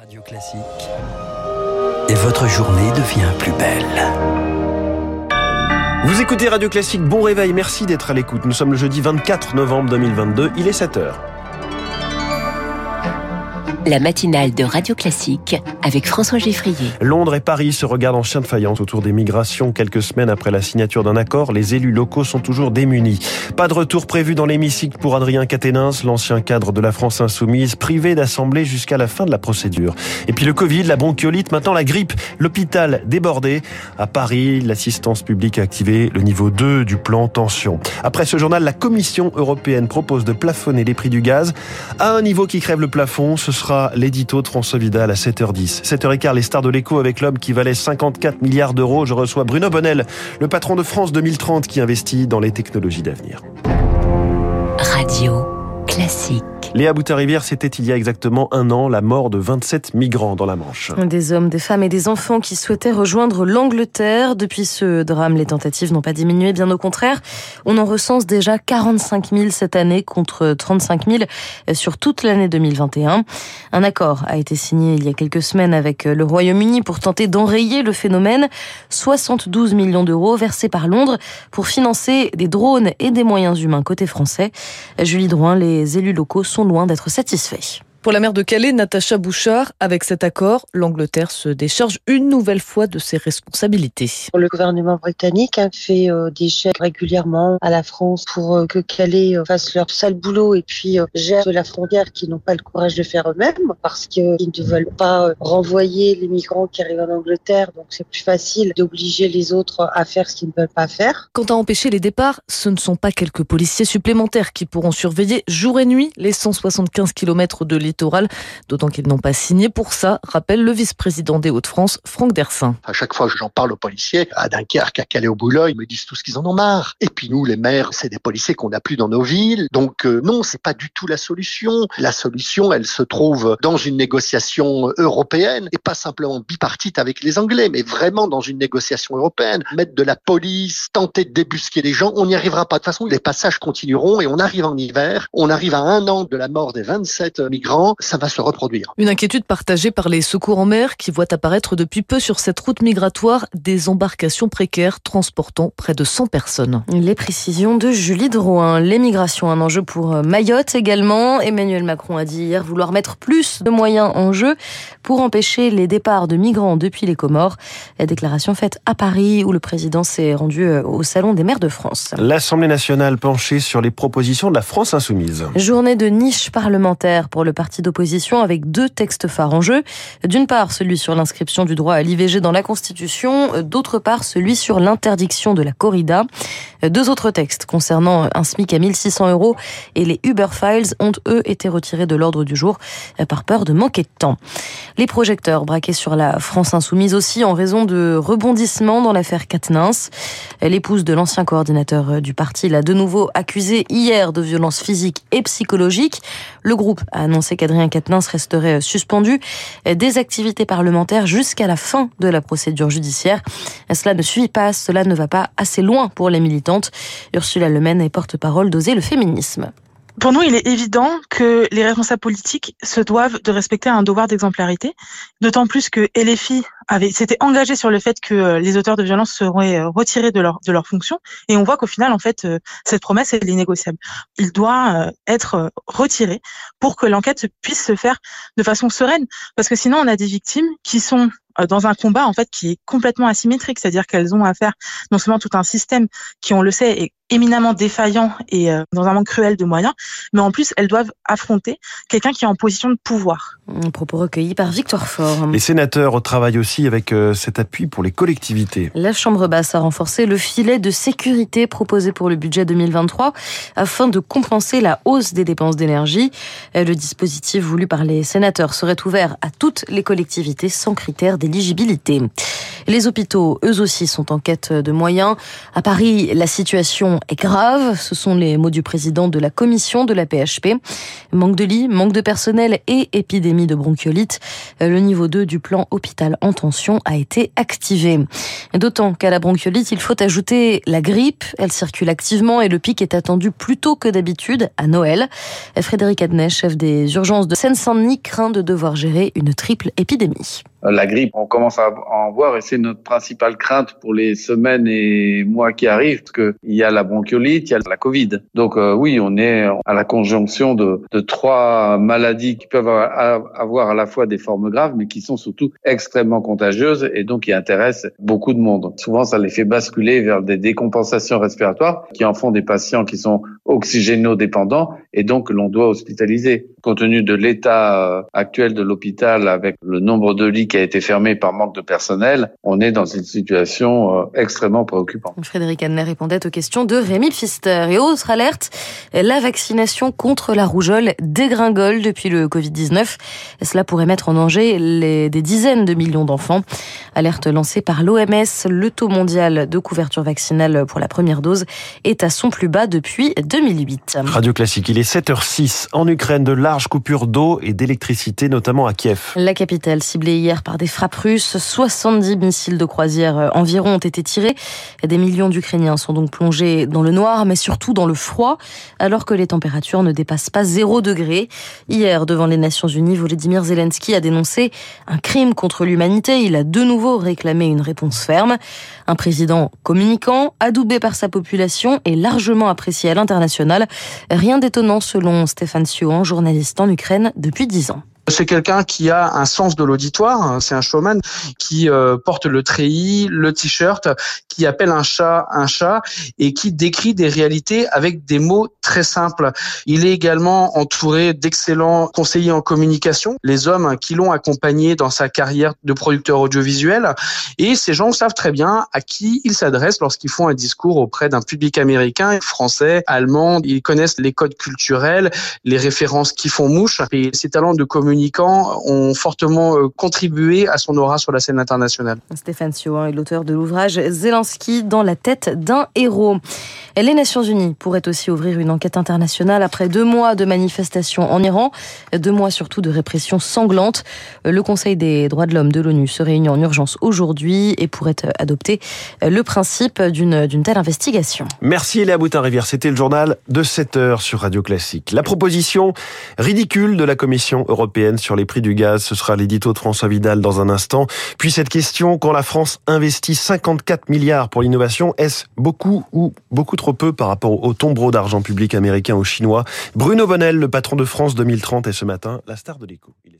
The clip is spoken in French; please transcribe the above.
Radio Classique. Et votre journée devient plus belle. Vous écoutez Radio Classique, bon réveil, merci d'être à l'écoute. Nous sommes le jeudi 24 novembre 2022, il est 7h. La matinale de Radio Classique avec François Geffrier. Londres et Paris se regardent en chien de faïence autour des migrations. Quelques semaines après la signature d'un accord, les élus locaux sont toujours démunis. Pas de retour prévu dans l'hémicycle pour Adrien Quatennens, l'ancien cadre de la France Insoumise, privé d'assemblée jusqu'à la fin de la procédure. Et puis le Covid, la bronchiolite, maintenant la grippe, l'hôpital débordé. À Paris, l'assistance publique a activé le niveau 2 du plan tension. Après ce journal, la Commission européenne propose de plafonner les prix du gaz à un niveau qui crève le plafond. Ce sera l'édito de François Vidal à 7h10. 7h15, les stars de l'écho avec l'homme qui valait 54 milliards d'euros. Je reçois Bruno Bonnel, le patron de France 2030 qui investit dans les technologies d'avenir. Radio Classique. Léa Boutin-Rivière, c'était il y a exactement un an, la mort de 27 migrants dans la Manche. Des hommes, des femmes et des enfants qui souhaitaient rejoindre l'Angleterre. Depuis ce drame, les tentatives n'ont pas diminué, bien au contraire. On en recense déjà 45 000 cette année contre 35 000 sur toute l'année 2021. Un accord a été signé il y a quelques semaines avec le Royaume-Uni pour tenter d'enrayer le phénomène. 72 millions d'euros versés par Londres pour financer des drones et des moyens humains côté français. Julie Drouin, les élus locaux sont loin d'être satisfaits. Pour la maire de Calais, Natacha Bouchard, avec cet accord, l'Angleterre se décharge une nouvelle fois de ses responsabilités. Le gouvernement britannique a fait des chèques régulièrement à la France pour que Calais fasse leur sale boulot et puis gère la frontière qu'ils n'ont pas le courage de faire eux-mêmes parce qu'ils ne veulent pas renvoyer les migrants qui arrivent en Angleterre. Donc c'est plus facile d'obliger les autres à faire ce qu'ils ne veulent pas faire. Quant à empêcher les départs, ce ne sont pas quelques policiers supplémentaires qui pourront surveiller jour et nuit les 175 km de littoral, d'autant qu'ils n'ont pas signé pour ça, rappelle le vice-président des Hauts-de-France, Franck Dersin. À chaque fois que j'en parle aux policiers, à Dunkerque, à Calais, au Boulogne, ils me disent tous qu'ils en ont marre. Et puis nous, les maires, c'est des policiers qu'on n'a plus dans nos villes. Donc non, c'est pas du tout la solution. La solution, elle se trouve dans une négociation européenne et pas simplement bipartite avec les Anglais, mais vraiment dans une négociation européenne. Mettre de la police, tenter de débusquer les gens, on n'y arrivera pas. De toute façon, les passages continueront et on arrive en hiver. On arrive à un an de la mort des 27 migrants. Ça va se reproduire. Une inquiétude partagée par les secours en mer qui voient apparaître depuis peu sur cette route migratoire des embarcations précaires transportant près de 100 personnes. Les précisions de Julie Drouin. L'émigration, un enjeu pour Mayotte également. Emmanuel Macron a dit hier vouloir mettre plus de moyens en jeu pour empêcher les départs de migrants depuis les Comores. La déclaration faite à Paris où le président s'est rendu au Salon des maires de France. L'Assemblée nationale penchée sur les propositions de la France Insoumise. Journée de niche parlementaire pour le parti d'opposition avec deux textes phares en jeu. D'une part, celui sur l'inscription du droit à l'IVG dans la Constitution. D'autre part, celui sur l'interdiction de la corrida. Deux autres textes concernant un SMIC à 1 600 € et les Uber Files ont, eux, été retirés de l'ordre du jour par peur de manquer de temps. Les projecteurs braqués sur la France Insoumise aussi en raison de rebondissements dans l'affaire Quatennens. L'épouse de l'ancien coordinateur du parti l'a de nouveau accusé hier de violences physiques et psychologiques. Le groupe a annoncé qu'Adrien Quatennens resterait suspendu des activités parlementaires jusqu'à la fin de la procédure judiciaire. Cela ne suffit pas, cela ne va pas assez loin pour les militantes. Ursula Le Maine est porte-parole d'Oser le féminisme. Pour nous, il est évident que les responsables politiques se doivent de respecter un devoir d'exemplarité, d'autant plus que LFI s'était engagé sur le fait que les auteurs de violences seraient retirés de leur fonction, et on voit qu'au final, en fait, cette promesse elle est négociable. Il doit être retiré pour que l'enquête puisse se faire de façon sereine, parce que sinon, on a des victimes qui sont dans un combat en fait qui est complètement asymétrique, c'est-à-dire qu'elles ont affaire non seulement tout un système qui, on le sait, est éminemment défaillant et dans un manque cruel de moyens, mais en plus elles doivent affronter quelqu'un qui est en position de pouvoir. Un propos recueilli par Victor Faure. Les sénateurs travaillent aussi avec cet appui pour les collectivités. La Chambre basse a renforcé le filet de sécurité proposé pour le budget 2023 afin de compenser la hausse des dépenses d'énergie. Le dispositif voulu par les sénateurs serait ouvert à toutes les collectivités sans critères d'éligibilité. Les hôpitaux, eux aussi, sont en quête de moyens. À Paris, la situation situation est grave. Ce sont les mots du président de la commission de la PHP. Manque de lits, manque de personnel et épidémie de bronchiolite. Le niveau 2 du plan hôpital en tension a été activé. D'autant qu'à la bronchiolite, il faut ajouter la grippe. Elle circule activement et le pic est attendu plus tôt que d'habitude à Noël. Frédéric Adnet, chef des urgences de Seine-Saint-Denis, craint de devoir gérer une triple épidémie. La grippe, on commence à en voir et c'est notre principale crainte pour les semaines et mois qui arrivent, parce que il y a la bronchiolite, il y a la Covid. Donc oui, on est à la conjonction de trois maladies qui peuvent avoir à la fois des formes graves, mais qui sont surtout extrêmement contagieuses et donc qui intéressent beaucoup de monde. Souvent, ça les fait basculer vers des décompensations respiratoires qui en font des patients qui sont oxygénodépendants et donc l'on doit hospitaliser. Compte tenu de l'état actuel de l'hôpital avec le nombre de lits qui a été fermé par manque de personnel, on est dans une situation extrêmement préoccupante. Frédéric Adnet répondait aux questions de Rémi Pfister. Et autre alerte, la vaccination contre la rougeole dégringole depuis le Covid-19. Cela pourrait mettre en danger des dizaines de millions d'enfants. Alerte lancée par l'OMS, le taux mondial de couverture vaccinale pour la première dose est à son plus bas depuis 2008. Radio Classique, il est 7h06. En Ukraine, de larges coupures d'eau et d'électricité, notamment à Kiev. La capitale ciblée hier par des frappes russes. 70 missiles de croisière environ ont été tirés. Des millions d'Ukrainiens sont donc plongés dans le noir, mais surtout dans le froid, alors que les températures ne dépassent pas 0 degré. Hier, devant les Nations Unies, Volodymyr Zelensky a dénoncé un crime contre l'humanité. Il a de nouveau réclamé une réponse ferme. Un président communicant, adoubé par sa population et largement apprécié à l'international. Rien d'étonnant selon Stéphane Siohan, journaliste en Ukraine depuis 10 ans. C'est quelqu'un qui a un sens de l'auditoire, c'est un showman qui porte le treillis, le t-shirt, qui appelle un chat et qui décrit des réalités avec des mots très simples. Il est également entouré d'excellents conseillers en communication, les hommes qui l'ont accompagné dans sa carrière de producteur audiovisuel, et ces gens savent très bien à qui ils s'adressent lorsqu'ils font un discours auprès d'un public américain, français, allemand. Ils connaissent les codes culturels, les références qui font mouche, et ses talents de communicants ont fortement contribué à son aura sur la scène internationale. Stéphane Siohan est l'auteur de l'ouvrage Zelensky dans la tête d'un héros. Les Nations Unies pourraient aussi ouvrir une enquête internationale après 2 mois de manifestations en Iran, 2 mois surtout de répression sanglante. Le Conseil des droits de l'homme de l'ONU se réunit en urgence aujourd'hui et pourrait adopter le principe d'une telle investigation. Merci Léa Boutin-Rivière, c'était le journal de 7h sur Radio Classique. La proposition ridicule de la Commission européenne sur les prix du gaz, ce sera l'édito de François Vidal dans un instant. Puis cette question, quand la France investit 54 milliards pour l'innovation, est-ce beaucoup ou beaucoup trop peu par rapport au tombereau d'argent public américain ou chinois? Bruno Bonnell, le patron de France 2030, est ce matin la star de l'écho.